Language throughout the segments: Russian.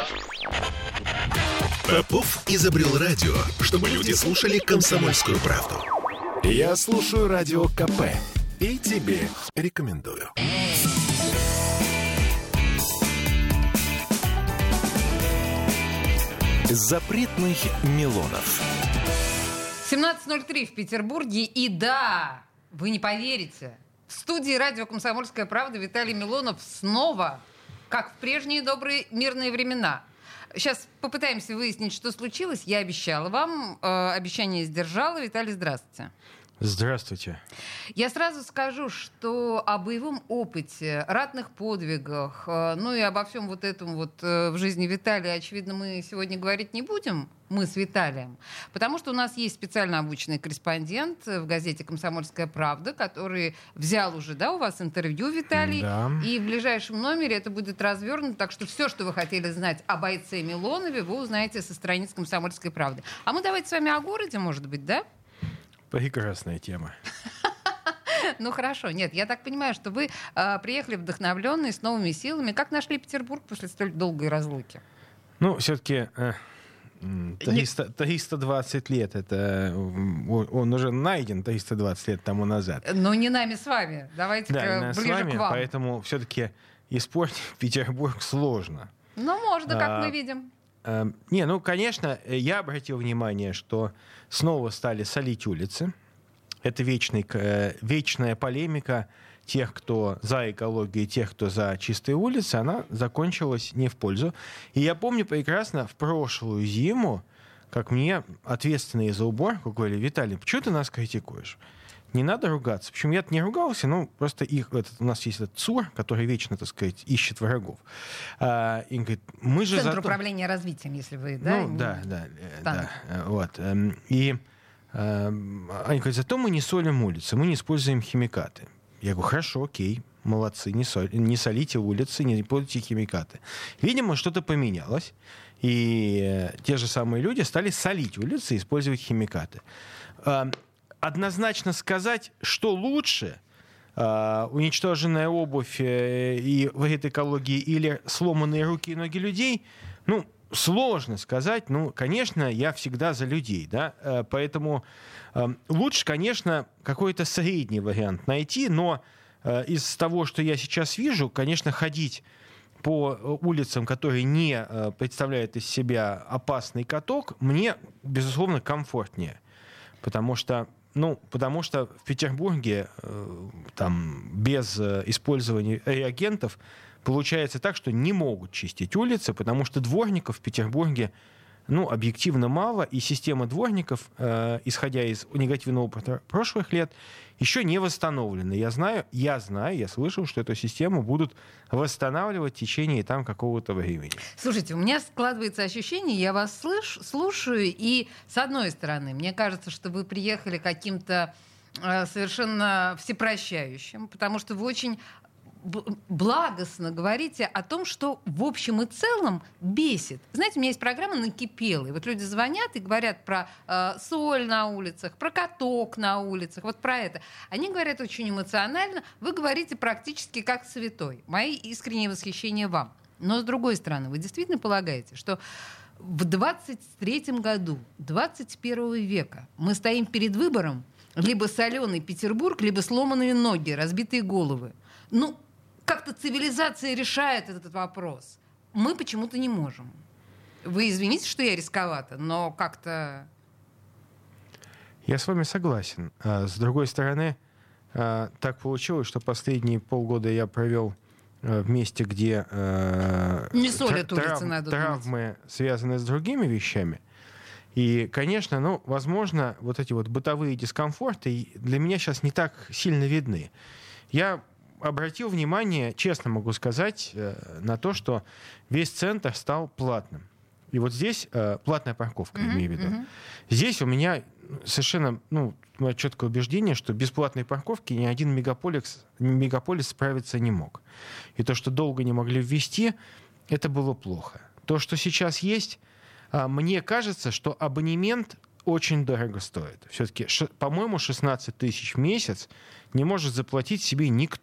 Попов изобрел радио, чтобы люди слушали «Комсомольскую правду». Я слушаю Радио КП и тебе рекомендую. Запретных Милонов. 17:03 в Петербурге. И да, вы не поверите, в студии радио «Комсомольская правда» Виталий Милонов снова, как в прежние добрые мирные времена. Сейчас попытаемся выяснить, что случилось. Я обещала вам, обещание сдержала. Виталий, здравствуйте. Здравствуйте. Я сразу скажу, что о боевом опыте, ратных подвигах, ну и обо всем вот этом вот в жизни Виталия, очевидно, мы сегодня говорить не будем, мы с Виталием, потому что у нас есть специально обученный корреспондент в газете «Комсомольская правда», который взял уже, да, у вас интервью, Виталий, да. И в ближайшем номере это будет развернуто, так что все, что вы хотели знать о бойце Милонове, вы узнаете со страниц «Комсомольской правды». А мы давайте с вами о городе, может быть, да? Прекрасная тема. Ну хорошо. Нет, я так понимаю, что вы приехали вдохновленные, с новыми силами. Как нашли Петербург после столь долгой разлуки? Ну, все-таки 320 лет, это он уже найден 320 лет тому назад. Но не нами с вами. Давайте-ка ближе с вами, к вам. Поэтому все-таки испортить Петербург сложно. Ну, можно, как мы видим. Конечно, я обратил внимание, что снова стали солить улицы. Это вечная полемика тех, кто за экологию, и тех, кто за чистые улицы, она закончилась не в пользу. И я помню прекрасно в прошлую зиму, как мне ответственные за уборку говорили: Виталий, почему ты нас критикуешь? Не надо ругаться. Причем я-то не ругался, но просто у нас есть этот ЦУР, который вечно, так сказать, ищет врагов. И говорит, мы же Центр управления развитием, если вы, да? Ну, да. Вот. И они говорят, зато мы не солим улицы, мы не используем химикаты. Я говорю, хорошо, окей, молодцы, не солите улицы, не используйте химикаты. Видимо, что-то поменялось, и те же самые люди стали солить улицы и использовать химикаты. Однозначно сказать, что лучше, уничтоженная обувь и вред экологии или сломанные руки и ноги людей, ну, сложно сказать. Ну, конечно, я всегда за людей, да, поэтому лучше, конечно, какой-то средний вариант найти, но из того, что я сейчас вижу, конечно, ходить по улицам, которые не представляют из себя опасный каток, мне, безусловно, комфортнее, потому что в Петербурге там без использования реагентов получается так, что не могут чистить улицы, потому что дворников в Петербурге, объективно мало, и система дворников, исходя из негативного опыта прошлых лет, еще не восстановлена. Я слышал, что эту систему будут восстанавливать в течение там какого-то времени. Слушайте, у меня складывается ощущение, я вас слушаю, и с одной стороны, мне кажется, что вы приехали каким-то совершенно всепрощающим, потому что вы очень благостно говорите о том, что в общем и целом бесит. Знаете, у меня есть программа «Накипело». И вот люди звонят и говорят про соль на улицах, про каток на улицах, вот про это. Они говорят очень эмоционально. Вы говорите практически как святой. Мои искренние восхищения вам. Но с другой стороны, вы действительно полагаете, что в 23-м году 21 века мы стоим перед выбором либо соленый Петербург, либо сломанные ноги, разбитые головы? Как-то цивилизация решает этот вопрос. Мы почему-то не можем. Вы извините, что я рисковата, но как-то... Я с вами согласен. С другой стороны, так получилось, что последние полгода я провел в месте, где не солят улицы, надо травмы связаны с другими вещами. И, конечно, возможно, вот эти вот бытовые дискомфорты для меня сейчас не так сильно видны. Я обратил внимание, честно могу сказать, на то, что весь центр стал платным. И вот здесь платная парковка, имею в виду. Здесь у меня совершенно мое четкое убеждение, что без платной парковки ни один мегаполис справиться не мог. И то, что долго не могли ввести, это было плохо. То, что сейчас есть, мне кажется, что абонемент очень дорого стоит. Все-таки, по-моему, 16 тысяч в месяц не может заплатить себе никто.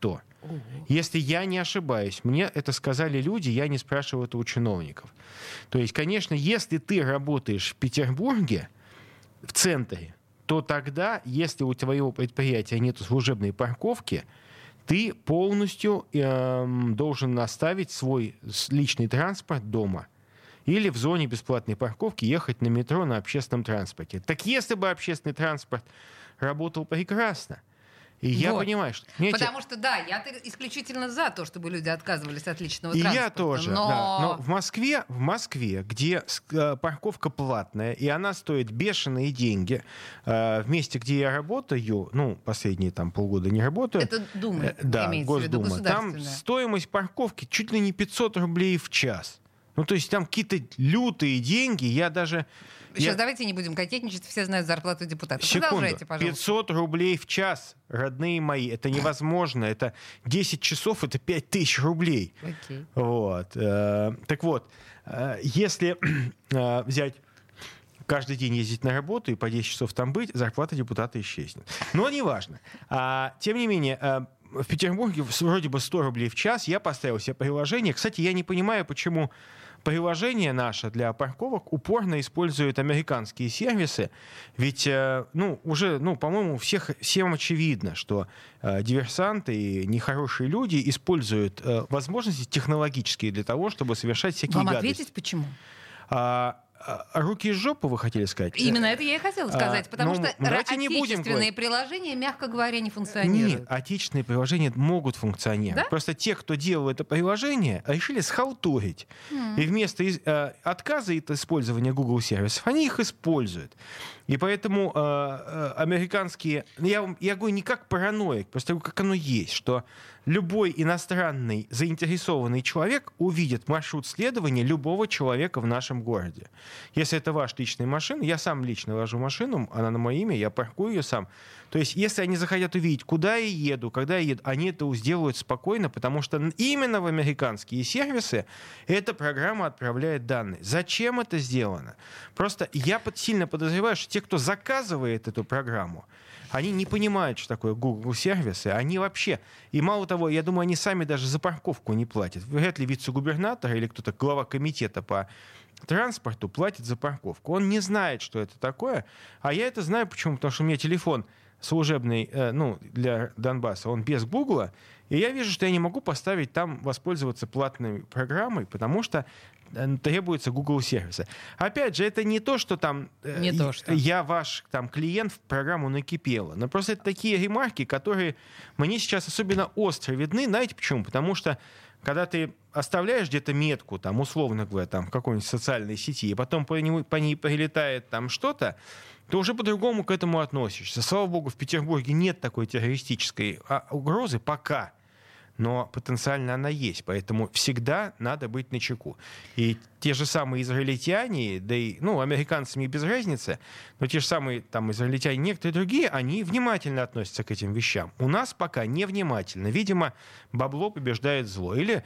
Если я не ошибаюсь, мне это сказали люди, я не спрашивал это у чиновников. То есть, конечно, если ты работаешь в Петербурге, в центре, то тогда, если у твоего предприятия нет служебной парковки, ты полностью должен оставить свой личный транспорт дома. Или в зоне бесплатной парковки ехать на метро на общественном транспорте. Так если бы общественный транспорт работал прекрасно, и я понимаю, что... Потому что, да, я исключительно за то, чтобы люди отказывались от личного транспорта. И я тоже, да. Но в Москве, где парковка платная, и она стоит бешеные деньги, в месте, где я работаю, последние полгода не работаю... Это Дума, да, имеется в виду, государственная. Там стоимость парковки чуть ли не 500 рублей в час. То есть там какие-то лютые деньги, я даже... Сейчас давайте не будем кокетничать, все знают зарплату депутатов. Секунду. Продолжайте, пожалуйста. 500 рублей в час, родные мои, это невозможно. Это 10 часов, это 5000 рублей. Окей. Вот. Так вот, если взять... каждый день ездить на работу и по 10 часов там быть, зарплата депутата исчезнет. Но неважно. Тем не менее, в Петербурге вроде бы 100 рублей в час. Я поставил себе приложение. Кстати, я не понимаю, почему приложение наше для парковок упорно использует американские сервисы. Ведь, уже, по-моему, всем очевидно, что диверсанты и нехорошие люди используют возможности технологические для того, чтобы совершать всякие гадости. Вам ответить, почему? Руки из жопы, вы хотели сказать? Именно это я и хотела сказать, потому что отечественные приложения, мягко говоря, не функционируют. Нет, отечественные приложения могут функционировать. Да? Просто те, кто делал это приложение, решили схалтурить. И вместо отказа от использования Google сервисов, они их используют. И поэтому американские... Я говорю не как параноик, просто как оно есть, что любой иностранный заинтересованный человек увидит маршрут следования любого человека в нашем городе. Если это ваша личная машина, я сам лично вожу машину, она на мое имя, я паркую ее сам. То есть если они захотят увидеть, куда я еду, когда я еду, они это сделают спокойно, потому что именно в американские сервисы эта программа отправляет данные. Зачем это сделано? Просто я сильно подозреваю, что те, кто заказывает эту программу, они не понимают, что такое Google сервисы. Они вообще... И мало того, я думаю, они сами даже за парковку не платят. Вряд ли вице-губернатор или кто-то, глава комитета по транспорту платит за парковку. Он не знает, что это такое. А я это знаю почему? Потому что у меня телефон служебный, для Донбасса, он без Гугла. И я вижу, что я не могу поставить там, воспользоваться платной программой, потому что требуются Google сервисы. Опять же, это не то, что там я ваш клиент в программу накипела. Но просто это такие ремарки, которые мне сейчас особенно остро видны. Знаете почему? Потому что когда ты оставляешь где-то метку, условно говоря, в какой-нибудь социальной сети, и потом по ней прилетает что-то, ты уже по-другому к этому относишься. Слава богу, в Петербурге нет такой террористической угрозы пока. Но потенциально она есть, поэтому всегда надо быть начеку. И те же самые израильтяне, да и, американцам не без разницы, но те же самые израильтяне, некоторые другие, они внимательно относятся к этим вещам. У нас пока невнимательно. Видимо, бабло побеждает зло. Или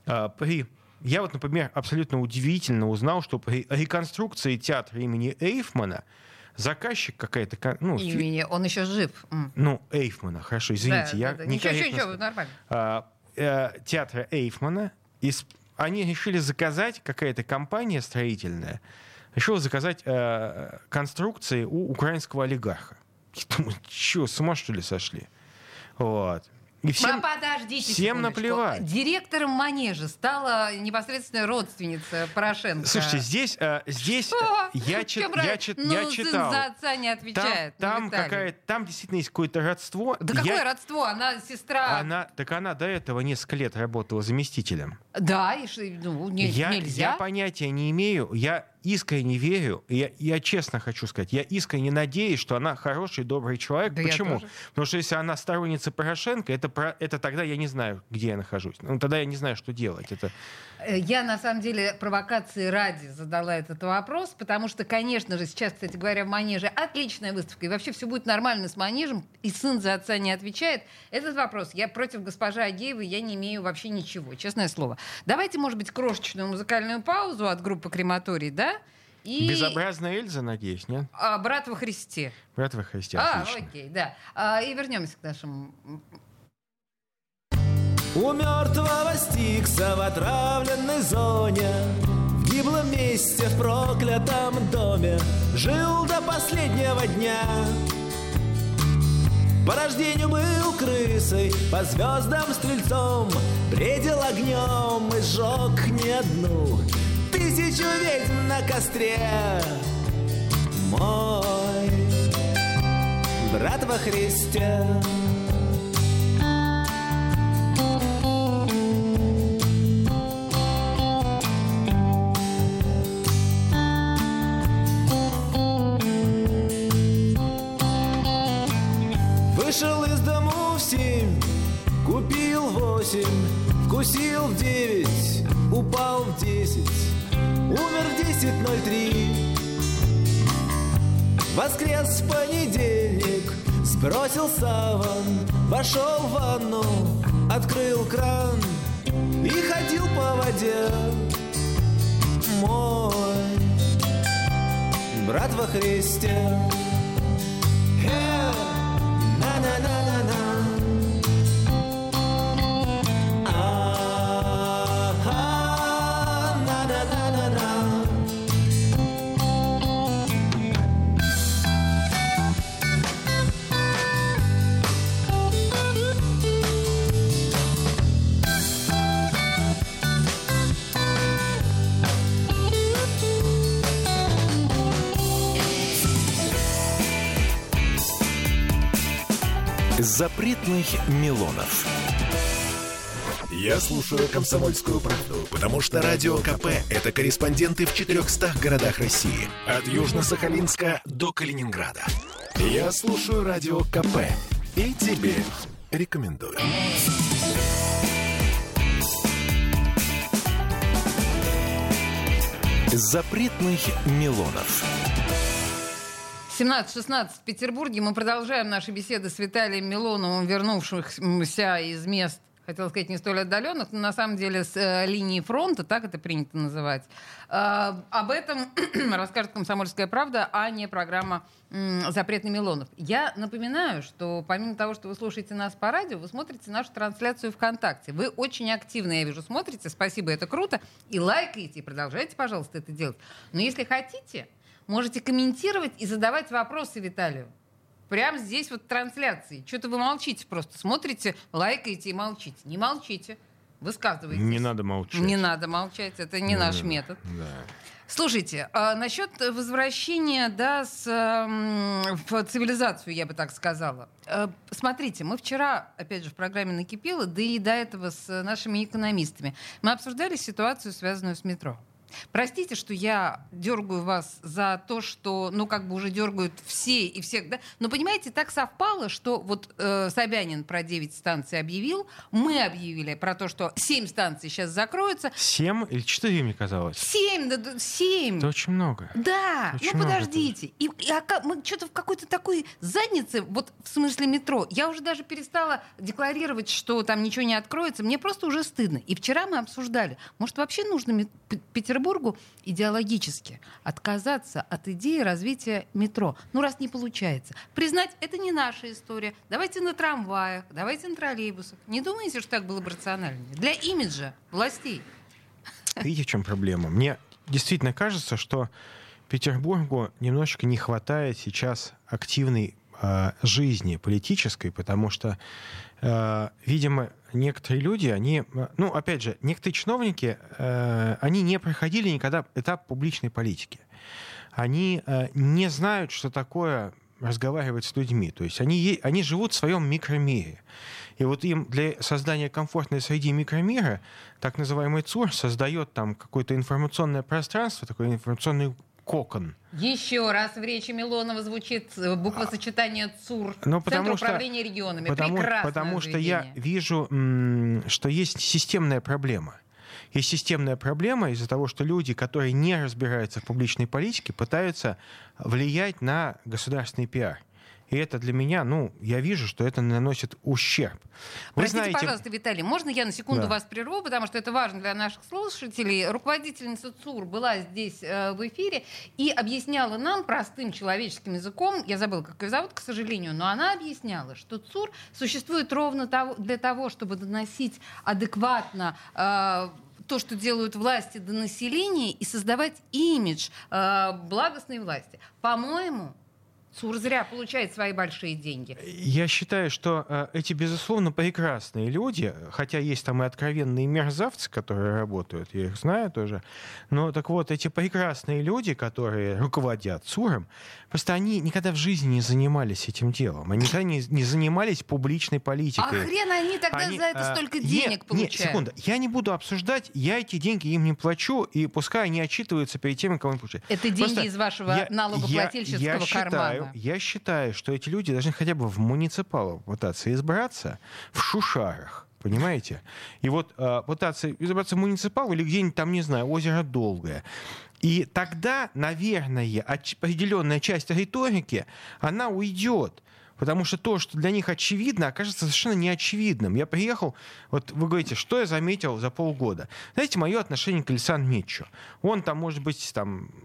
я например, абсолютно удивительно узнал, что при реконструкции театра имени Эйфмана заказчик какая-то... Он еще жив. Эйфмана, хорошо, извините. Ничего, нормально. Театра Эйфмана. Они решили заказать, какая-то компания строительная, решила заказать конструкции у украинского олигарха. Я думаю, что, с ума что ли сошли? Вот. И Подождите всем наплевать. Директором манежа стала непосредственно родственница Порошенко. Слушайте, здесь я читал. За отца не отвечает. Там действительно есть какое-то родство. Да какое родство? Она сестра. Она до этого несколько лет работала заместителем. Да, нельзя. Я понятия не имею. Я искренне верю, я честно хочу сказать, я искренне надеюсь, что она хороший, добрый человек. Да. Почему? Потому что если она сторонница Порошенко, это тогда я не знаю, где я нахожусь. Тогда я не знаю, что делать. Я, на самом деле, провокации ради задала этот вопрос, потому что, конечно же, сейчас, кстати говоря, в манеже отличная выставка, и вообще все будет нормально с манежем, и сын за отца не отвечает. Этот вопрос, я против госпожи Агеевой, я не имею вообще ничего, честное слово. Давайте, может быть, крошечную музыкальную паузу от группы «Крематорий», да? И... Безобразная Эльза, надеюсь, нет? «Брат во Христе». «Брат во Христе», отлично. Окей, да. И вернемся к нашему... У мертвого Стикса в отравленной зоне, в гиблом месте, в проклятом доме, жил до последнего дня. По рождению был крысой, по звездам стрельцом, бредил огнем и сжег не одну 1000 ведьм на костре. Мой брат во Христе. Вышел из дому в 7, купил 8, вкусил в 9, упал в 10, умер в 10:03. Воскрес в понедельник, сбросил саван, вошел в ванну, открыл кран и ходил по воде. Мой брат во Христе. На-на-на-на-на. А-а-а, на-на-на-на-на. Запретных Милонов. Я слушаю «Комсомольскую правду», потому что Радио КП – это корреспонденты в 400 городах России. От Южно-Сахалинска до Калининграда. Я слушаю Радио КП и тебе рекомендую. Запретных Милонов. 17:16 в Петербурге. Мы продолжаем наши беседы с Виталием Милоновым, вернувшимся из мест, хотела сказать, не столь отдаленных, но на самом деле с линии фронта, так это принято называть. Об этом расскажет «Комсомольская правда», а не программа «Запретный Милонов». Я напоминаю, что помимо того, что вы слушаете нас по радио, вы смотрите нашу трансляцию ВКонтакте. Вы очень активно, я вижу, смотрите. Спасибо, это круто. И лайкаете, и продолжайте, пожалуйста, это делать. Но если хотите, можете комментировать и задавать вопросы Виталию. Прямо здесь вот в трансляции. Что-то вы молчите просто. Смотрите, лайкаете и молчите. Не молчите. Высказывайтесь. Не надо молчать. Не надо молчать. Это не наш метод. Да. Слушайте, насчет возвращения, да, в цивилизацию, я бы так сказала. Смотрите, мы вчера, опять же, в программе «Накипело», да и до этого с нашими экономистами, мы обсуждали ситуацию, связанную с метро. Простите, что я дергаю вас за то, что, как бы уже дергают все и всех, да? Но, понимаете, так совпало, что вот Собянин про 9 станций объявил, мы объявили про то, что 7 станций сейчас закроются. 7 или 4, мне казалось? 7, 7. Это очень много. Да, очень много подождите. Мы что-то в какой-то такой заднице, вот в смысле метро. Я уже даже перестала декларировать, что там ничего не откроется. Мне просто уже стыдно. И вчера мы обсуждали, может, вообще нужно Петербургу идеологически отказаться от идеи развития метро. Раз не получается. Признать, это не наша история. Давайте на трамваях, давайте на троллейбусах. Не думаете, что так было бы рациональнее? Для имиджа властей. Видите, в чем проблема? Мне действительно кажется, что Петербургу немножечко не хватает сейчас активной жизни политической, потому что, видимо, некоторые люди, они, опять же, некоторые чиновники, они не проходили никогда этап публичной политики. Они не знают, что такое разговаривать с людьми. То есть они живут в своем микромире. И вот им для создания комфортной среды микромира так называемый ЦУР создает там какое-то информационное пространство, такой информационный кокон. Еще раз в речи Милонова звучит буквосочетание ЦУР. Центр управления регионами. Потому что я вижу, что есть системная проблема. Есть системная проблема из-за того, что люди, которые не разбираются в публичной политике, пытаются влиять на государственный пиар. И это для меня, я вижу, что это наносит ущерб. Простите, пожалуйста, Виталий, можно я на секунду вас прерву, потому что это важно для наших слушателей. Руководительница ЦУР была здесь в эфире и объясняла нам простым человеческим языком, я забыла, как ее зовут, к сожалению, но она объясняла, что ЦУР существует ровно для того, чтобы доносить адекватно то, что делают власти до населения, и создавать имидж благостной власти. По-моему, ЦУР зря получает свои большие деньги. Я считаю, что эти, безусловно, прекрасные люди, хотя есть там и откровенные мерзавцы, которые работают, я их знаю тоже, но так вот, эти прекрасные люди, которые руководят ЦУРом, просто они никогда в жизни не занимались этим делом, они никогда не занимались публичной политикой. А хрен они тогда за это столько денег получают? Нет, секунду, я не буду обсуждать, я эти деньги им не плачу, и пускай они отчитываются перед тем, кого они получают. Это деньги из вашего налогоплательщицкого кармана. Я считаю, что эти люди должны хотя бы в муниципалы пытаться избраться в Шушарах. Понимаете? И вот пытаться избраться в муниципал или где-нибудь там, не знаю, озеро Долгое. И тогда, наверное, определенная часть риторики, она уйдет. Потому что то, что для них очевидно, окажется совершенно неочевидным. Я приехал, вот вы говорите, что я заметил за полгода. Знаете, мое отношение к Александру Митчу. Он там, может быть,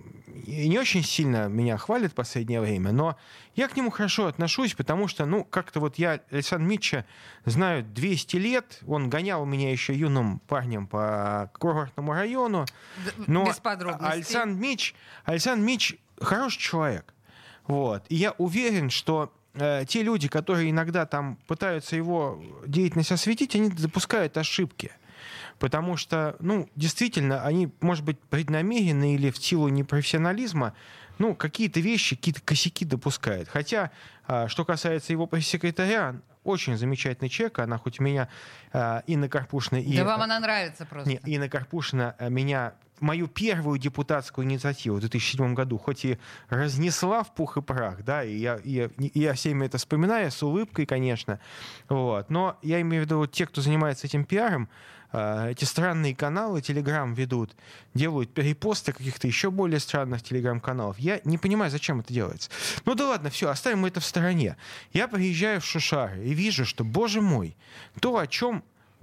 и не очень сильно меня хвалит в последнее время, но я к нему хорошо отношусь, потому что, как-то вот я Александра Митча знаю 200 лет. Он гонял меня еще юным парнем по курортному району. Но без подробностей. Александр Митч хороший человек. Вот. И я уверен, что те люди, которые иногда там пытаются его деятельность осветить, они допускают ошибки. Потому что, действительно, они, может быть, преднамеренно или в силу непрофессионализма, какие-то вещи, какие-то косяки допускают. Хотя, что касается его пресс-секретаря, очень замечательный человек. Она хоть меня, Инна Карпушина... Да вам она нравится просто. Нет, Инна Карпушина мою первую депутатскую инициативу в 2007 году хоть и разнесла в пух и прах, да, и я всеми это вспоминаю с улыбкой, конечно, вот, но я имею в виду те, кто занимается этим пиаром, эти странные каналы Telegram ведут, делают перепосты каких-то еще более странных Telegram-каналов. Я не понимаю, зачем это делается. Да ладно, все, оставим это в стороне. Я приезжаю в Шушары и вижу, что, боже мой, то, о чем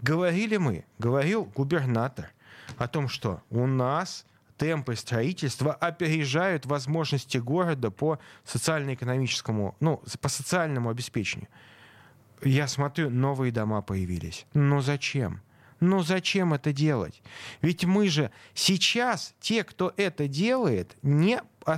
говорил губернатор, о том, что у нас темпы строительства опережают возможности города по социально-экономическому, по социальному обеспечению. Я смотрю, новые дома появились. Зачем? Зачем это делать? Ведь мы же сейчас, те, кто это делает, не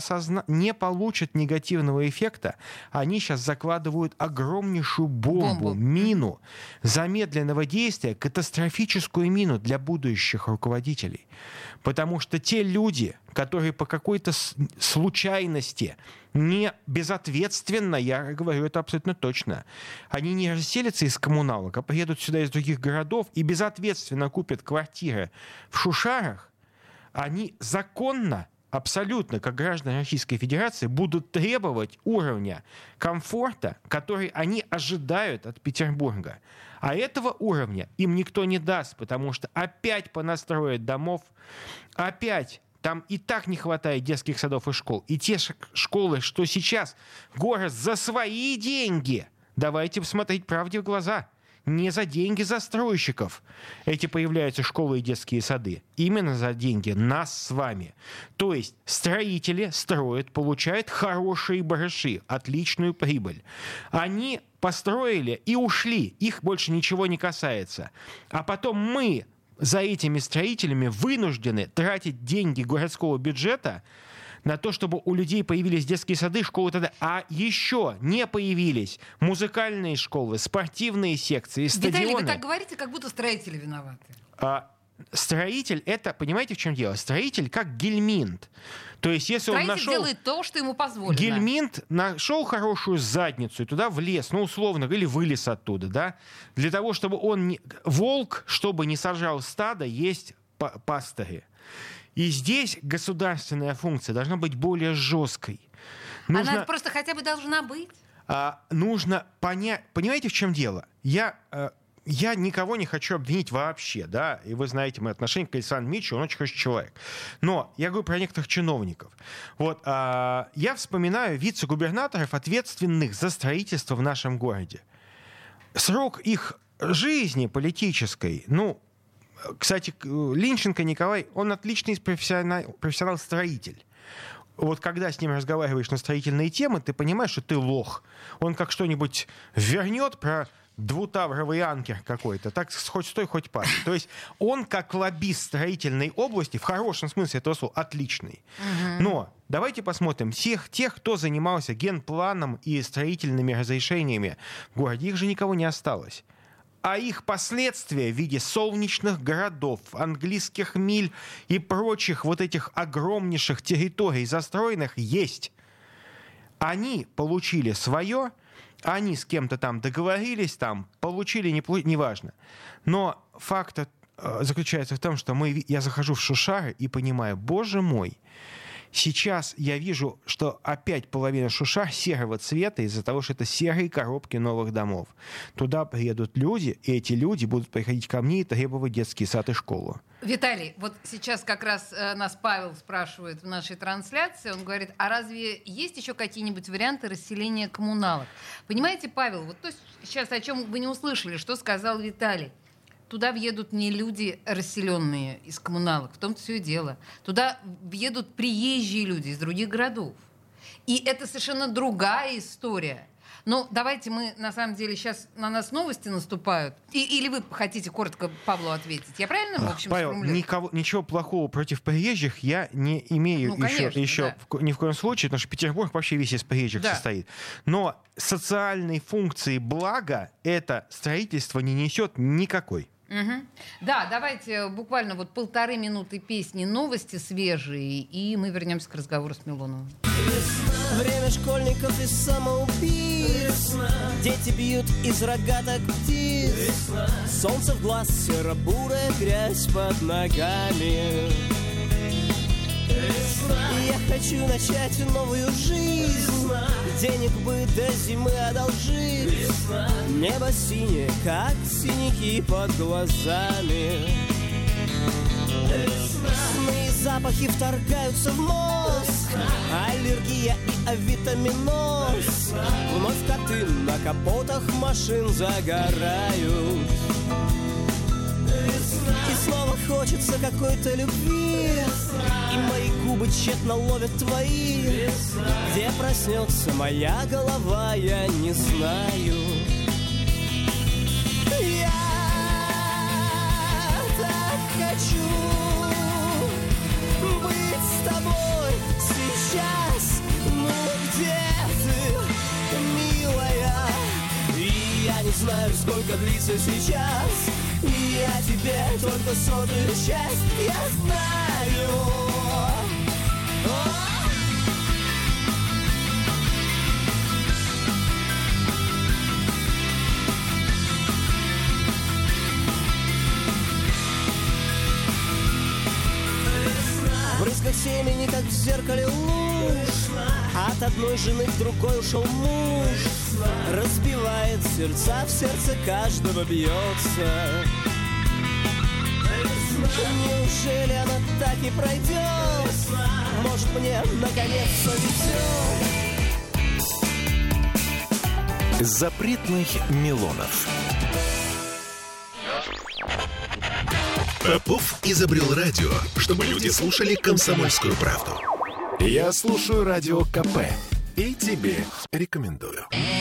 получат негативного эффекта. Они сейчас закладывают огромнейшую бомбу, мину замедленного действия, катастрофическую мину для будущих руководителей. Потому что те люди, которые по какой-то случайности, не безответственно, я говорю это абсолютно точно, они не расселятся из коммуналок, а приедут сюда из других городов и безответственно купят квартиры в Шушарах, они законно, абсолютно, как граждане Российской Федерации, будут требовать уровня комфорта, который они ожидают от Петербурга. А этого уровня им никто не даст, потому что опять понастроят домов, опять там и так не хватает детских садов и школ. И те школы, что сейчас город за свои деньги, давайте посмотреть правде в глаза, не за деньги застройщиков эти появляются школы и детские сады. Именно за деньги нас с вами. То есть строители строят, получают хорошие барыши, отличную прибыль. Они построили и ушли. Их больше ничего не касается. А потом мы за этими строителями вынуждены тратить деньги городского бюджета на то, чтобы у людей появились детские сады, школы и так далее. А еще не появились музыкальные школы, спортивные секции, стадионы. Виталий, вы так говорите, как будто строители виноваты. Строитель, это, понимаете, в чем дело? Строитель как гельминт. То есть, если строитель он нашел... делает то, что ему позволено. Гельминт нашел хорошую задницу и туда влез, условно, или вылез оттуда, да? Для того, чтобы он... Волк, чтобы не сожрал стадо, есть пастыри. И здесь государственная функция должна быть более жесткой. Она просто хотя бы должна быть. Нужно понять... Понимаете, в чем дело? Я я никого не хочу обвинить вообще, да, и вы знаете мои отношения к Александру Дмитриевичу, он очень хороший человек. Но я говорю про некоторых чиновников. Вот, я вспоминаю вице-губернаторов, ответственных за строительство в нашем городе. Срок их жизни политической, ну, кстати, Линченко Николай, он отличный профессионал-строитель. Вот когда с ним разговариваешь на строительные темы, ты понимаешь, что ты лох. Он как что-нибудь вернет про двутавровый анкер какой-то, так хоть стой, хоть падай. То есть он как лоббист строительной области, в хорошем смысле этого слова, отличный. Но давайте посмотрим тех, кто занимался генпланом и строительными разрешениями в городе. Их же никого не осталось. А их последствия в виде солнечных городов, английских миль и прочих вот этих огромнейших территорий застроенных есть. Они получили свое, они с кем-то там договорились, там, получили, не получили, неважно. Но факт заключается в том, что я захожу в Шушары и понимаю, боже мой, сейчас я вижу, что опять половина Шушар серого цвета из-за того, что это серые коробки новых домов. Туда приедут люди, и эти люди будут приходить ко мне и требовать детский сад и школу. Виталий, вот сейчас как раз нас Павел спрашивает в нашей трансляции, он говорит, а разве есть еще какие-нибудь варианты расселения коммуналок? Понимаете, Павел, вот то сейчас о чем вы не услышали, что сказал Виталий. Туда въедут не люди, расселенные из коммуналок, в том-то все и дело. Туда въедут приезжие люди из других городов. И это совершенно другая история. Но давайте мы, на самом деле, сейчас на нас новости наступают. Или вы хотите коротко Павлу ответить? Я правильно, в общем, Павел, ничего плохого против приезжих я не имею еще да. Ни в коем случае, потому что Петербург вообще весь из приезжих состоит. Но социальной функции блага это строительство не несет никакой. Угу. Да, давайте буквально вот 1,5 минуты песни, новости свежие, и мы вернемся к разговору с Милоновым. Время школьников и самоубийц. Дети бьют из рогаток птиц. Солнце в глаз, серо-бурая грязь под ногами. Я хочу начать новую жизнь. Денег бы до зимы одолжить. Небо синее, как синяки под глазами. Сны и запахи вторгаются в мозг. Аллергия и авитаминоз. Вновь коты на капотах машин загорают. И снова хочется какой-то любви. И мои губы тщетно ловят твои. Где проснется моя голова, я не знаю. Я так хочу быть с тобой сейчас. Ну где ты, милая? И я не знаю, сколько длится сейчас. Я тебе только 100-ю часть, я знаю. В брызгах семени, как в зеркале луж. От одной жены к другой ушел муж. Разбивает сердца, в сердце каждого бьется. Неужели она так и пройдет? Может, мне наконец повезет? Запретных Милонов. Попов изобрел радио, чтобы люди слушали комсомольскую правду. Я слушаю радио КП и тебе рекомендую.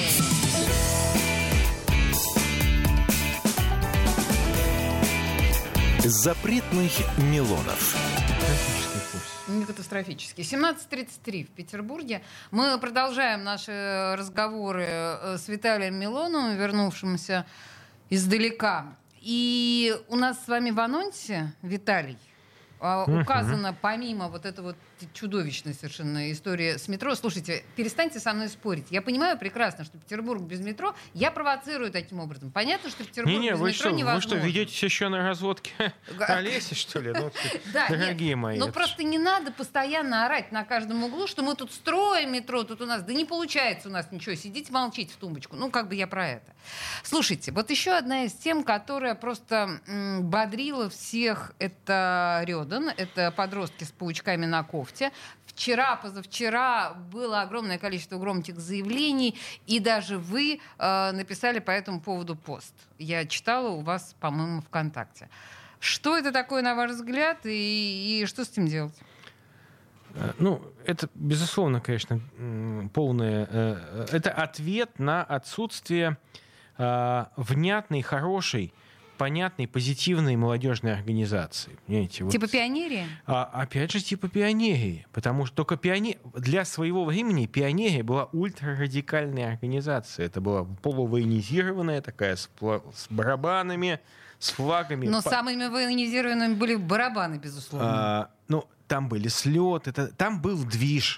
Запретных Милонов. Не катастрофический. 17:33 в Петербурге. Мы продолжаем наши разговоры с Виталием Милоновым, вернувшимся издалека. И у нас с вами в анонсе, Виталий, указано помимо вот этого вот это чудовищная совершенно история с метро. Слушайте, перестаньте со мной спорить. Я понимаю прекрасно, что Петербург без метро, я провоцирую таким образом. Понятно, что Петербург без метро невозможно. Вы что, ведетесь еще на разводке Олеси, что ли? Дорогие мои. Но просто не надо постоянно орать на каждом углу, что мы тут строим метро, тут у нас... Да не получается у нас ничего. Сидите, молчите в тумбочку. Ну, как бы я про это. Слушайте, вот еще одна из тем, которая просто бодрила всех, это Рёдан, это подростки с паучками на кофте. Вчера, позавчера было огромное количество громких заявлений, и даже вы написали по этому поводу пост. Я читала у вас, по-моему, ВКонтакте. Что это такое, на ваш взгляд, и что с этим делать? Ну, это, безусловно, конечно, полное... Это ответ на отсутствие внятной, хорошей, понятной, позитивной молодежной организации. Понимаете, типа пионерии? Опять же, типа пионерии. Потому что только для своего времени пионерия была ультрарадикальная организация. Это была полувоенизированная такая, с барабанами, с флагами. Но самыми военизированными были барабаны, безусловно. Там были слеты, там был движ.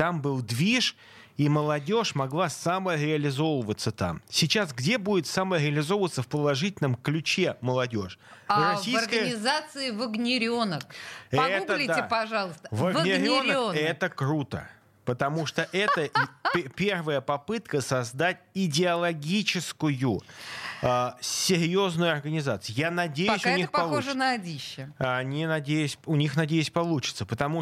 И молодежь могла самореализовываться там. Сейчас где будет самореализовываться в положительном ключе молодежь? В организации «Вагнеренок». Погуглите, пожалуйста. «Вагнеренок» — это круто. Потому что это первая попытка создать идеологическую, серьезную организацию. Я надеюсь, пока у них это получится. Похоже на одище. У них, надеюсь, получится. Потому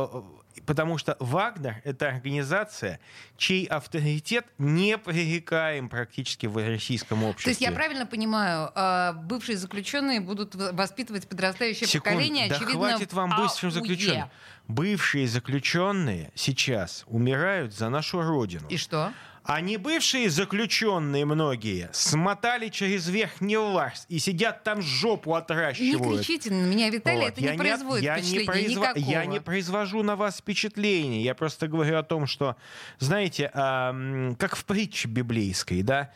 что Вагнер — это организация, чей авторитет непререкаем практически в российском обществе. То есть я правильно понимаю, бывшие заключенные будут воспитывать подрастающее поколение, да очевидно, хватит вам бывшим заключенным. Бывшие заключенные сейчас умирают за нашу родину. И что? А не бывшие заключенные многие смотали через Верхний Ларс и сидят там жопу отращивают. Не кричите на меня, Виталий, это не производит впечатления никакого. Я не произвожу на вас впечатления. Я просто говорю о том, что, знаете, как в притче библейской, да,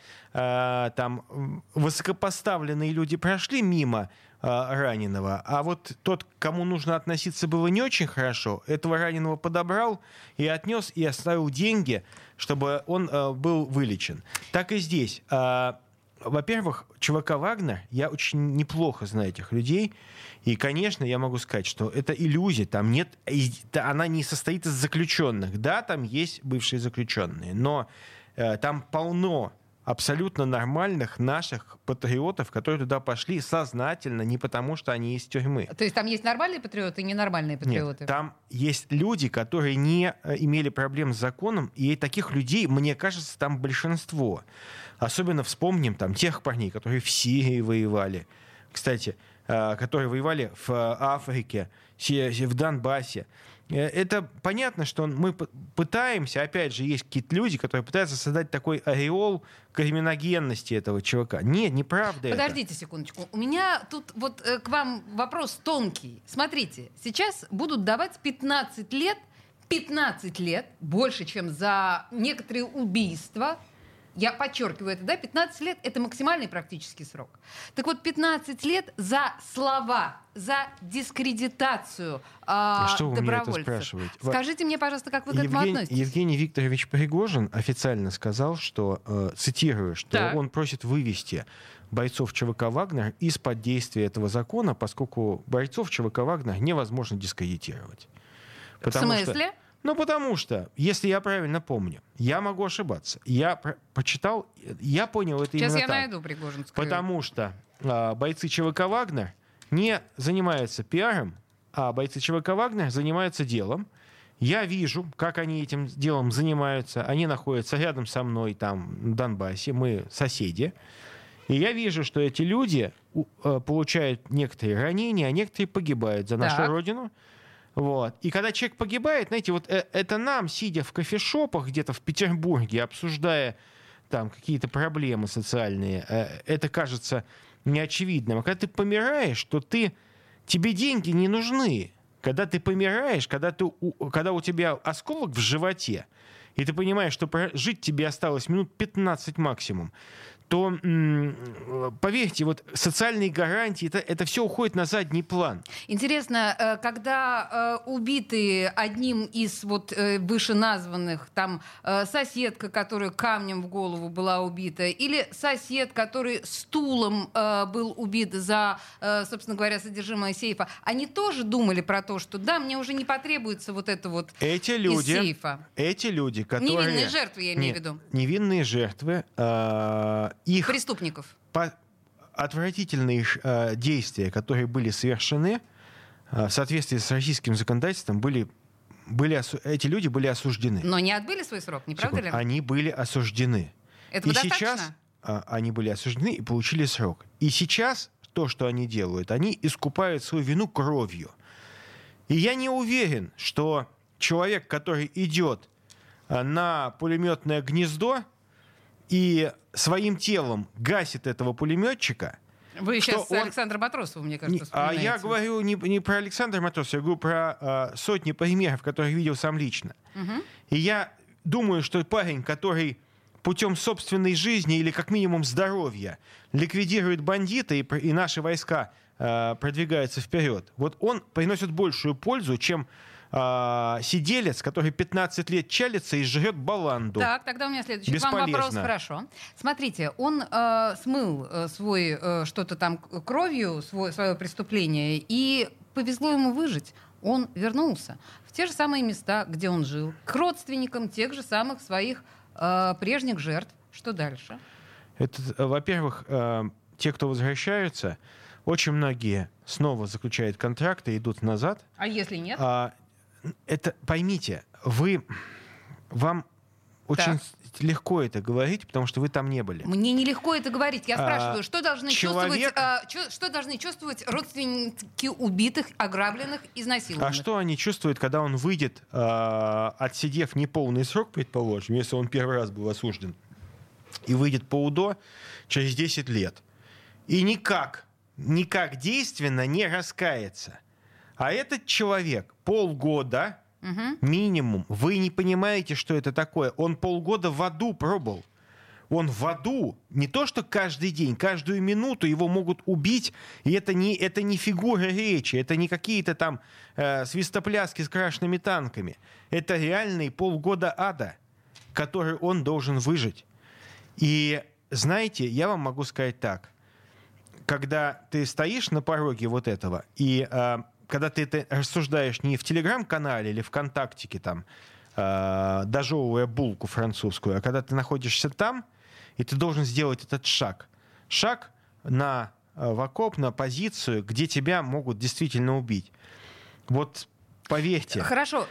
там высокопоставленные люди прошли мимо раненого, а вот тот, к кому нужно относиться было не очень хорошо, этого раненого подобрал и отнес, и оставил деньги, чтобы он был вылечен. Так и здесь. Во-первых, ЧВК «Вагнер», я очень неплохо знаю этих людей, и, конечно, я могу сказать, что это иллюзия, там нет, она не состоит из заключенных. Да, там есть бывшие заключенные, но там полно абсолютно нормальных наших патриотов, которые туда пошли сознательно, не потому что они из тюрьмы. То есть там есть нормальные патриоты и ненормальные патриоты? Нет, там есть люди, которые не имели проблем с законом, и таких людей, мне кажется, там большинство. Особенно вспомним там тех парней, которые в Сирии воевали, кстати, которые воевали в Африке, в Донбассе. Это понятно, что мы пытаемся, опять же, есть какие-то люди, которые пытаются создать такой ореол криминогенности этого чувака. Нет, неправда. Подождите секундочку. У меня тут вот к вам вопрос тонкий. Смотрите, сейчас будут давать 15 лет, больше, чем за некоторые убийства. Я подчеркиваю это, да, 15 лет — это максимальный практический срок. Так вот, 15 лет за слова, за дискредитацию что вы добровольцев. Мне это спрашиваете? Скажите мне, пожалуйста, как вы к этому относитесь? Евгений Викторович Пригожин официально сказал, что, цитирую, что он просит вывести бойцов ЧВК «Вагнер» из-под действия этого закона, поскольку бойцов ЧВК «Вагнер» невозможно дискредитировать. В смысле? Потому что, если я правильно помню, я могу ошибаться. Я почитал, я понял это сейчас именно так. Сейчас я найду пригожинскую. Потому что бойцы ЧВК «Вагнер» не занимаются пиаром, а бойцы ЧВК «Вагнер» занимаются делом. Я вижу, как они этим делом занимаются. Они находятся рядом со мной там, в Донбассе. Мы соседи. И я вижу, что эти люди получают некоторые ранения, а некоторые погибают за нашу родину. Вот. И когда человек погибает, знаете, вот это нам, сидя в кофешопах где-то в Петербурге, обсуждая там какие-то проблемы социальные, это кажется неочевидным. А когда ты помираешь, то тебе деньги не нужны. Когда ты помираешь, когда у тебя осколок в животе, и ты понимаешь, что жить тебе осталось минут 15 максимум, то, поверьте, вот социальные гарантии, это все уходит на задний план. Интересно, когда убитые одним из вот вышеназванных, там соседка, которая камнем в голову была убита, или сосед, который стулом был убит за, собственно говоря, содержимое сейфа, они тоже думали про то, что да, мне уже не потребуется вот это вот из сейфа? Эти люди, которые... Невинные жертвы, я имею в виду. Невинные жертвы, их... Преступников. Отвратительные действия, которые были совершены в соответствии с российским законодательством, эти люди были осуждены. Но не отбыли свой срок, не правда ли? Они были осуждены. Этого и достаточно? Сейчас они были осуждены и получили срок. И сейчас то, что они делают, они искупают свою вину кровью. И я не уверен, что человек, который идет на пулеметное гнездо и своим телом гасит этого пулеметчика. Вы сейчас Александра Матросова, мне кажется, вспоминаете. Я говорю не про Александра Матросова, я говорю про сотни примеров, которых видел сам лично. Угу. И я думаю, что парень, который путем собственной жизни или как минимум здоровья ликвидирует бандита, и наши войска продвигаются вперед, вот он приносит большую пользу, чем сиделец, который 15 лет чалится и жрет баланду. Так, тогда у меня следующий к вам вопрос. Хорошо. Смотрите, он смыл свой что-то там кровью, свое преступление, и повезло ему выжить. Он вернулся в те же самые места, где он жил, к родственникам тех же самых своих прежних жертв. Что дальше? Это, во-первых, те, кто возвращаются, очень многие снова заключают контракты и идут назад. А если нет? Это, поймите, вам очень легко это говорить, потому что вы там не были. Мне нелегко это говорить. Я спрашиваю, что должны чувствовать родственники убитых, ограбленных, изнасилованных? А что они чувствуют, когда он выйдет, отсидев неполный срок, предположим, если он первый раз был осужден, и выйдет по УДО через 10 лет, и никак действенно не раскается. А этот человек полгода минимум, вы не понимаете, что это такое. Он полгода в аду пробыл. Он в аду. Не то, что каждый день, каждую минуту его могут убить. И это не фигура речи, это не какие-то там свистопляски с крашенными танками. Это реальные полгода ада, который он должен выжить. И знаете, я вам могу сказать так. Когда ты стоишь на пороге вот этого, и когда ты это рассуждаешь не в Телеграм-канале или ВКонтактике, там, дожевывая булку французскую, а когда ты находишься там, и ты должен сделать этот шаг. Шаг в окоп, на позицию, где тебя могут действительно убить. Вот поверьте. Хорошо.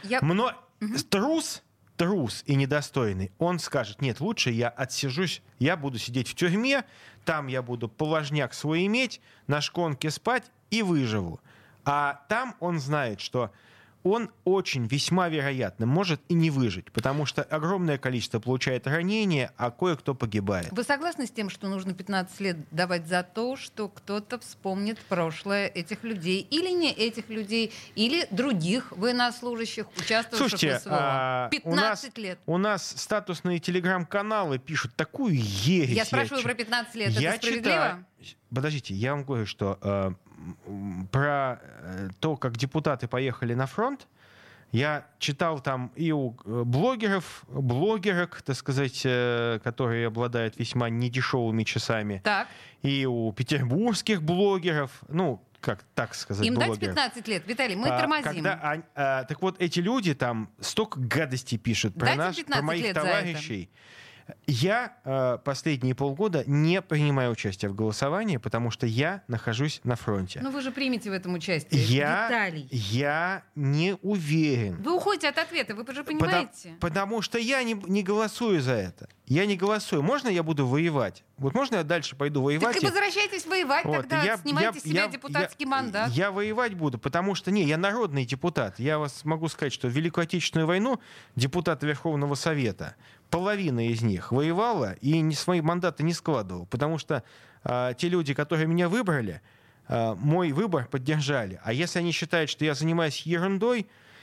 Трус и недостойный, он скажет: нет, лучше я отсижусь, я буду сидеть в тюрьме, там я буду положняк свой иметь, на шконке спать и выживу. А там он знает, что он очень весьма вероятно может и не выжить, потому что огромное количество получает ранения, а кое-кто погибает. Вы согласны с тем, что нужно 15 лет давать за то, что кто-то вспомнит прошлое этих людей, или не этих людей, или других военнослужащих, участвовавших в СВО? 15 лет. У нас статусные телеграм-каналы пишут такую ересь. Я спрашиваю про 15 лет. Это справедливо? Подождите, я вам говорю, что про то, как депутаты поехали на фронт, я читал там и у блогерок, так сказать, которые обладают весьма недешевыми часами, и у петербургских блогеров, ну, как так сказать, им блогеров. дать 15 лет, Виталий, мы тормозим. Так вот, эти люди там столько гадостей пишут про нас, про моих товарищей. Я последние полгода не принимаю участие в голосовании, потому что я нахожусь на фронте. Ну вы же примете в этом участие, Виталий. Я не уверен. Вы уходите от ответа, вы же понимаете. Потому что я не голосую за это. Я не голосую. Можно я буду воевать? Вот можно я дальше пойду воевать? Так и возвращайтесь воевать, тогда снимайте с себя депутатский мандат. Я воевать буду, потому что, я народный депутат. Я вас могу сказать, что в Великую Отечественную войну депутаты Верховного Совета, половина из них воевала и свои мандаты не складывала, потому что те люди, которые меня выбрали, мой выбор поддержали. А если они считают, что я занимаюсь ерундой,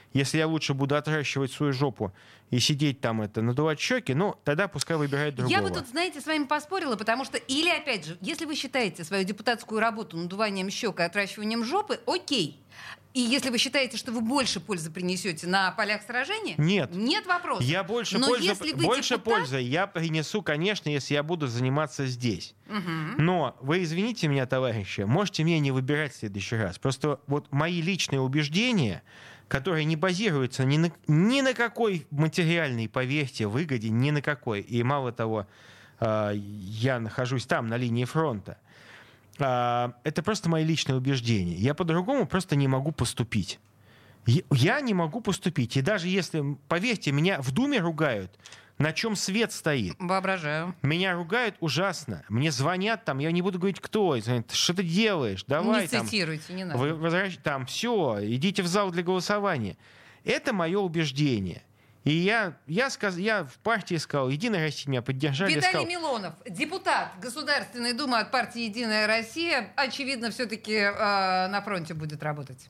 если я лучше буду отращивать свою жопу и сидеть там, надувать щеки, ну, тогда пускай выбирает другого. Я бы тут, знаете, с вами поспорила, потому что, или, опять же, если вы считаете свою депутатскую работу надуванием щек и отращиванием жопы, окей. И если вы считаете, что вы больше пользы принесете на полях сражения, нет вопросов. Я больше пользы я принесу, конечно, если я буду заниматься здесь. Угу. Но вы извините меня, товарищи, можете меня не выбирать в следующий раз. Просто вот мои личные убеждения, которые не базируются ни на какой материальной, поверьте, выгоде, ни на какой. И мало того, я нахожусь там, на линии фронта. Это просто мои личные убеждения. Я по-другому просто не могу поступить. Я не могу поступить. И даже если, поверьте, меня в Думе ругают, на чем свет стоит. Воображаю. Меня ругают ужасно. Мне звонят там, я не буду говорить, кто. Звонят, что ты делаешь? Давай не там. цитируйте, не надо. Вы там, все, идите в зал для голосования. Это мое убеждение. И я в партии сказал, «Единая Россия» меня поддержали. Виталий Милонов, депутат Государственной Думы от партии «Единая Россия», очевидно, все-таки на фронте будет работать.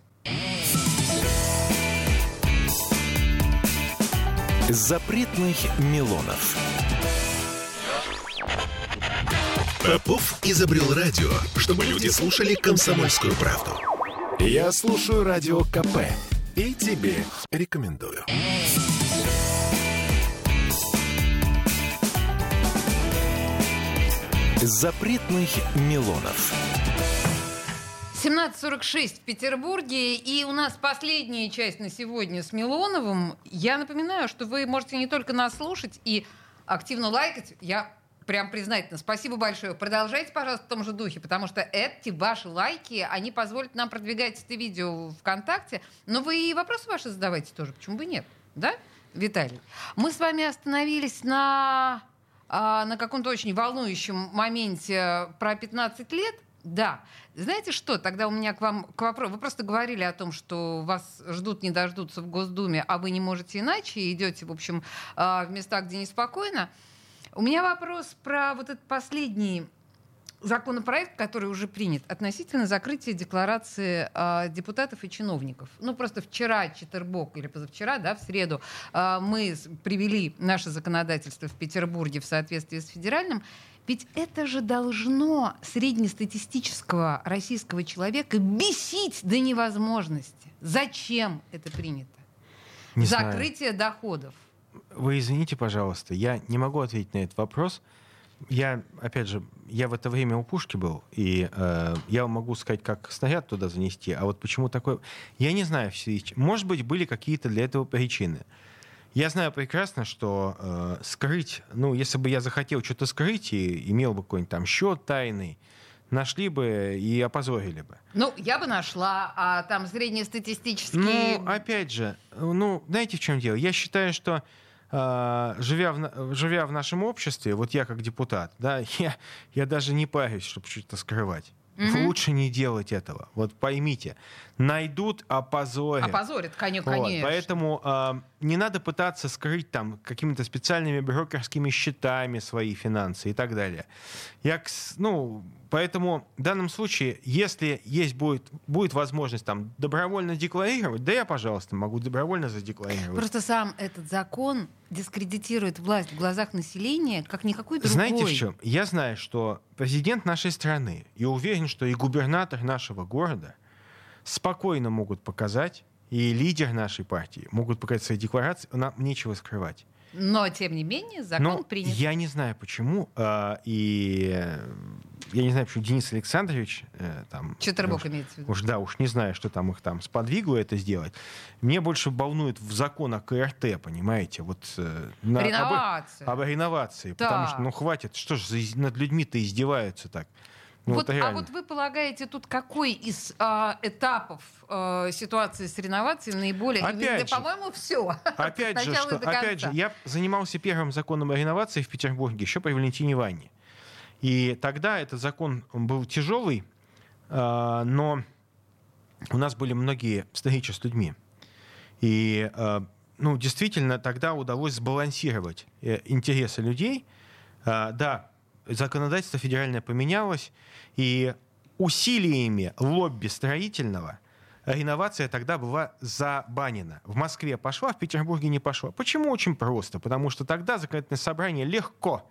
Запретных Милонов. Попов изобрел радио, чтобы люди слушали «Комсомольскую правду». Я слушаю радио КП и тебе рекомендую. Запретных Милонов. 17:46 в Петербурге, и у нас последняя часть на сегодня с Милоновым. Я напоминаю, что вы можете не только нас слушать и активно лайкать. Я прям признательна. Спасибо большое. Продолжайте, пожалуйста, в том же духе, потому что эти ваши лайки, они позволят нам продвигать это видео ВКонтакте. Но вы и вопросы ваши задавайте тоже. Почему бы нет? Да, Виталий? Мы с вами остановились на каком-то очень волнующем моменте про 15 лет. Да. Знаете что? Тогда у меня к вам к вопросу. Вы просто говорили о том, что вас ждут, не дождутся в Госдуме, а вы не можете иначе, и идете, в общем, в места, где неспокойно. У меня вопрос про вот этот последний законопроект, который уже принят, относительно закрытия декларации депутатов и чиновников. Ну, просто вчера, четверг или позавчера, да, в среду, мы привели наше законодательство в Петербурге в соответствии с федеральным. Ведь это же должно среднестатистического российского человека бесить до невозможности. Зачем это принято? Не Закрытие доходов. Вы извините, пожалуйста, я не могу ответить на этот вопрос. Я в это время у пушки был, и я вам могу сказать, как снаряд туда занести, а вот почему такое... Я не знаю. Может быть, были какие-то для этого причины. Я знаю прекрасно, что скрыть... Ну, если бы я захотел что-то скрыть и имел бы какой-нибудь там счет тайный, нашли бы и опозорили бы. Ну, я бы нашла, а там среднестатистический... Ну, опять же, знаете, в чем дело? Я считаю, что живя в нашем обществе, вот я как депутат, да, я даже не парюсь, чтобы что-то скрывать. Лучше не делать этого. Вот поймите, найдут, опозорят. Опозорят, конечно. Вот, поэтому не надо пытаться скрыть там какими-то специальными брокерскими счетами свои финансы и так далее. Поэтому в данном случае, если будет возможность там добровольно декларировать, да я, пожалуйста, могу добровольно задекларировать. Просто сам этот закон дискредитирует власть в глазах населения, как никакой другой. Знаете в чем? Я знаю, что президент нашей страны, и уверен, что и губернатор нашего города спокойно могут показать, и лидер нашей партии могут показать свои декларации, нам нечего скрывать. Но, тем не менее, закон принят. Я не знаю, почему. Я не знаю, почему Денис Александрович... Четвербок имеется в виду. Уж не знаю, что там их там сподвигло это сделать. Мне больше волнует в закон о КРТ, понимаете? Об реновации. Да. Потому что, хватит, что ж над людьми-то издеваются так. А вот вы полагаете, тут какой из этапов ситуации с реновацией наиболее... По-моему, все. Опять же, я занимался первым законом о реновации в Петербурге еще при Валентине Ивановне. И тогда этот закон был тяжелый, но у нас были многие встречи с людьми. И действительно тогда удалось сбалансировать интересы людей. Да, законодательство федеральное поменялось, и усилиями лобби строительного реновация тогда была забанена. В Москве пошла, в Петербурге не пошла. Почему? Очень просто. Потому что тогда законодательное собрание легко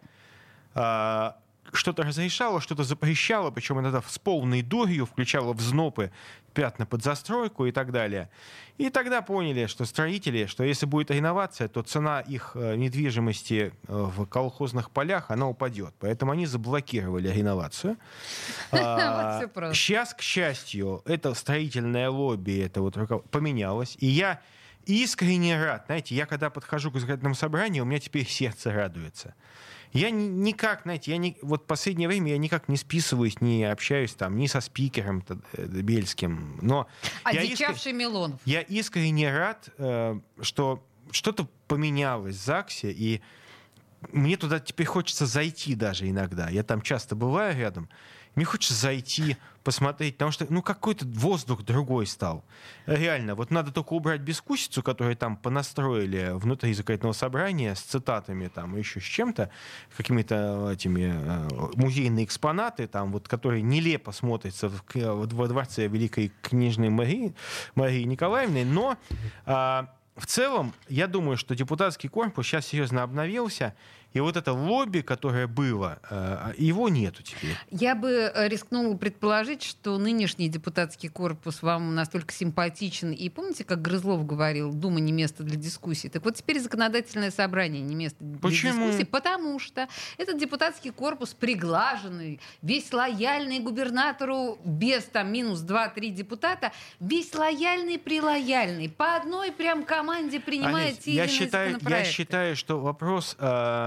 что-то разрешало, что-то запрещало, причем иногда с полной дурью, включало взнопы, пятна под застройку и так далее. И тогда поняли, что строители, что если будет реновация, то цена их недвижимости в колхозных полях, она упадет. Поэтому они заблокировали реновацию. Сейчас, к счастью, это строительное лобби, это вот поменялось. И я искренне рад. Знаете, я когда подхожу к законодательному собранию, у меня теперь сердце радуется. Я никак, знаете, вот в последнее время я никак не списываюсь, не общаюсь там ни со спикером Бельским, но... Одичавший Милонов. Я искренне рад, что что-то поменялось в ЗАГСе, и мне туда теперь хочется зайти даже иногда. Я там часто бываю рядом. Мне хочется зайти, посмотреть, потому что какой-то воздух другой стал. Реально, вот надо только убрать бескусицу, которую там понастроили внутри законодательного собрания с цитатами, там, еще с чем-то, какими-то этими музейные экспонаты, там, вот, которые нелепо смотрятся во дворце великой княжны Марии Николаевны, но в целом, я думаю, что депутатский корпус сейчас серьезно обновился, и вот это лобби, которое было, его нету теперь. Я бы рискнула предположить, что нынешний депутатский корпус вам настолько симпатичен. И помните, как Грызлов говорил, Дума не место для дискуссий? Так вот теперь законодательное собрание не место для дискуссий, потому что этот депутатский корпус приглаженный, весь лояльный губернатору, без там минус 2-3 депутата, весь лояльный-прилояльный. По одной прям команде принимает те или иные законопроекты. Я считаю, что вопрос...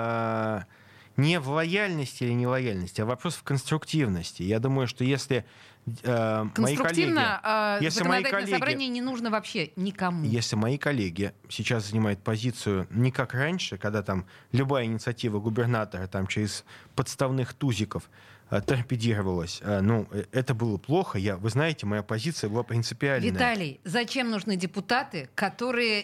не в лояльности или нелояльности, а вопрос в конструктивности. Я думаю, что если мои коллеги... законодательное собрание не нужно вообще никому. Если мои коллеги сейчас занимают позицию не как раньше, когда там любая инициатива губернатора там, через подставных тузиков торпедировалась, это было плохо. Вы знаете, моя позиция была принципиальная. Виталий, зачем нужны депутаты, которые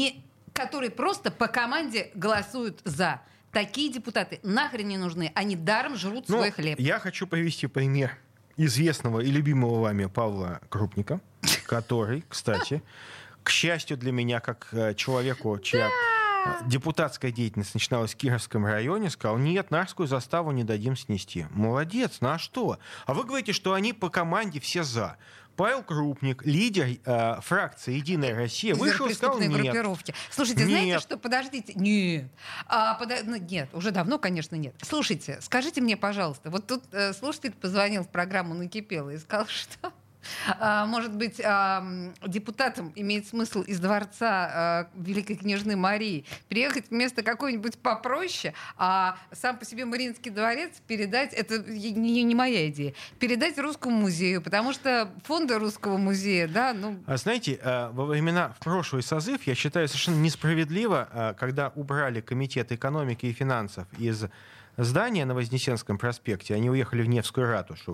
просто по команде голосуют «за»? Такие депутаты нахрен не нужны. Они даром жрут свой хлеб. Я хочу привести пример известного и любимого вами Павла Крупника, который, кстати, к счастью для меня, как человеку, чья депутатская деятельность начиналась в Кировском районе, сказал: нет, Нарскую заставу не дадим снести. Молодец, а что? А вы говорите, что они по команде все «за». Павел Крупник, лидер фракции «Единая Россия», вышел и сказал нет. Группировки. Слушайте, знаете что? Подождите. Нет. Нет, уже давно, конечно, нет. Слушайте, скажите мне, пожалуйста, вот тут слушатель позвонил в программу «Накипело» и сказал, что... Может быть, депутатам имеет смысл из дворца великой княжны Марии приехать в место какое-нибудь попроще, а сам по себе Мариинский дворец передать, это не моя идея, передать Русскому музею, потому что фонды Русского музея, да, знаете, во времена, в прошлый созыв, я считаю совершенно несправедливо, когда убрали Комитет экономики и финансов из здание на Вознесенском проспекте, они уехали в Невскую ратушу.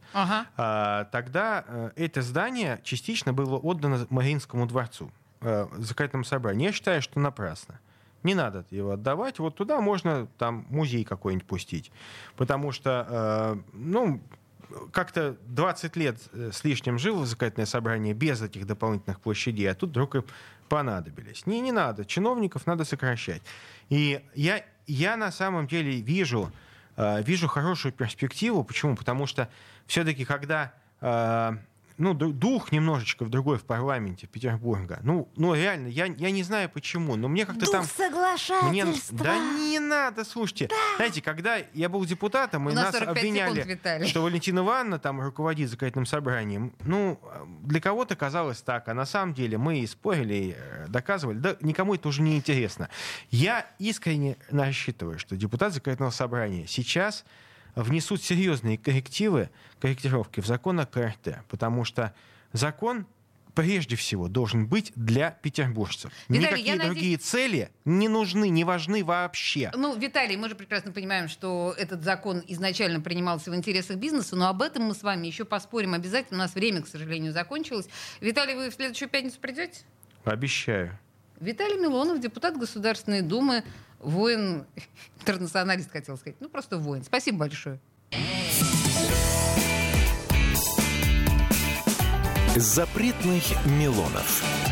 Тогда это здание частично было отдано Мариинскому дворцу, законодательному собранию. Я считаю, что напрасно. Не надо его отдавать. Вот туда можно там музей какой-нибудь пустить. Потому что, как-то 20 лет с лишним жило законодательное собрание без этих дополнительных площадей, а тут вдруг им понадобились. Не надо. Чиновников надо сокращать. И я на самом деле вижу хорошую перспективу. Почему? Потому что все-таки, когда дух немножечко другой в парламенте Петербурга, реально, я не знаю почему, но мне как-то дух там... соглашательства. Да не надо, слушайте. Да. Знаете, когда я был депутатом, и нас обвиняли, что Валентина Ивановна там руководит законодательным собранием, для кого-то казалось так, а на самом деле мы и спорили, и доказывали, да никому это уже не интересно. Я искренне рассчитываю, что депутаты законодательного собрания сейчас внесут серьезные корректировки в закон о КРТ, потому что закон прежде всего должен быть для петербуржцев. Виталий, никакие другие цели не нужны, не важны вообще. Виталий, мы же прекрасно понимаем, что этот закон изначально принимался в интересах бизнеса, но об этом мы с вами еще поспорим обязательно. У нас время, к сожалению, закончилось. Виталий, вы в следующую пятницу придете? Обещаю. Виталий Милонов, депутат Государственной Думы, воин, интернационалист, хотел сказать. Просто воин. Спасибо большое. Запретных Милонов.